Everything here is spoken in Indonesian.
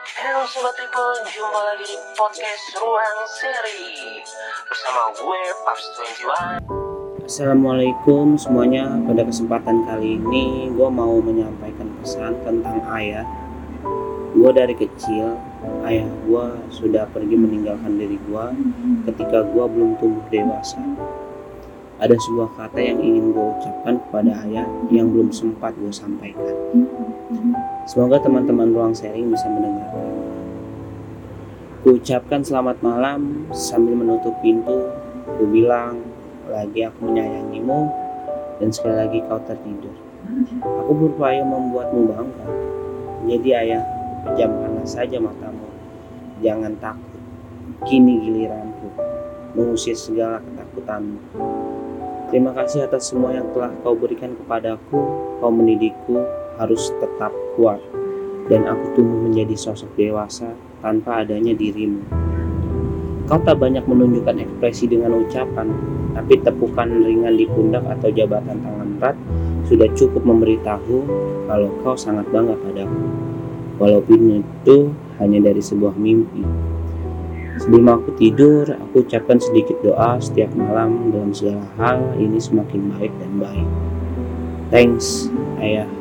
Halo Sobat People, jumpa lagi di podcast Ruang Seri bersama gue, Paps21. Assalamualaikum semuanya. Pada kesempatan kali ini gue mau menyampaikan pesan tentang ayah. Gue dari kecil, ayah gue sudah pergi meninggalkan diri gue ketika gue belum tumbuh dewasa. Ada sebuah kata yang ingin gue ucapkan kepada ayah yang belum sempat gue sampaikan. Semoga teman-teman Ruang Sharing bisa mendengarkan. Ku ucapkan selamat malam sambil menutup pintu. Ku bilang lagi aku menyayangimu dan sekali lagi kau tertidur. Aku berupaya membuatmu bangga. Jadi ayah, pejamkanlah saja matamu. Jangan takut. Kini giliranku mengusir segala ketakutanmu. Terima kasih atas semua yang telah kau berikan kepadaku. Kau mendidikku harus tetap kuat, dan aku tumbuh menjadi sosok dewasa tanpa adanya dirimu. Kau tak banyak menunjukkan ekspresi dengan ucapan, tapi tepukan ringan di pundak atau jabatan tangan erat sudah cukup memberitahu kalau kau sangat bangga padaku, walaupun itu hanya dari sebuah mimpi. Sebelum aku tidur, aku ucapkan sedikit doa setiap malam dalam segala hal ini semakin baik dan baik. Thanks, ayah.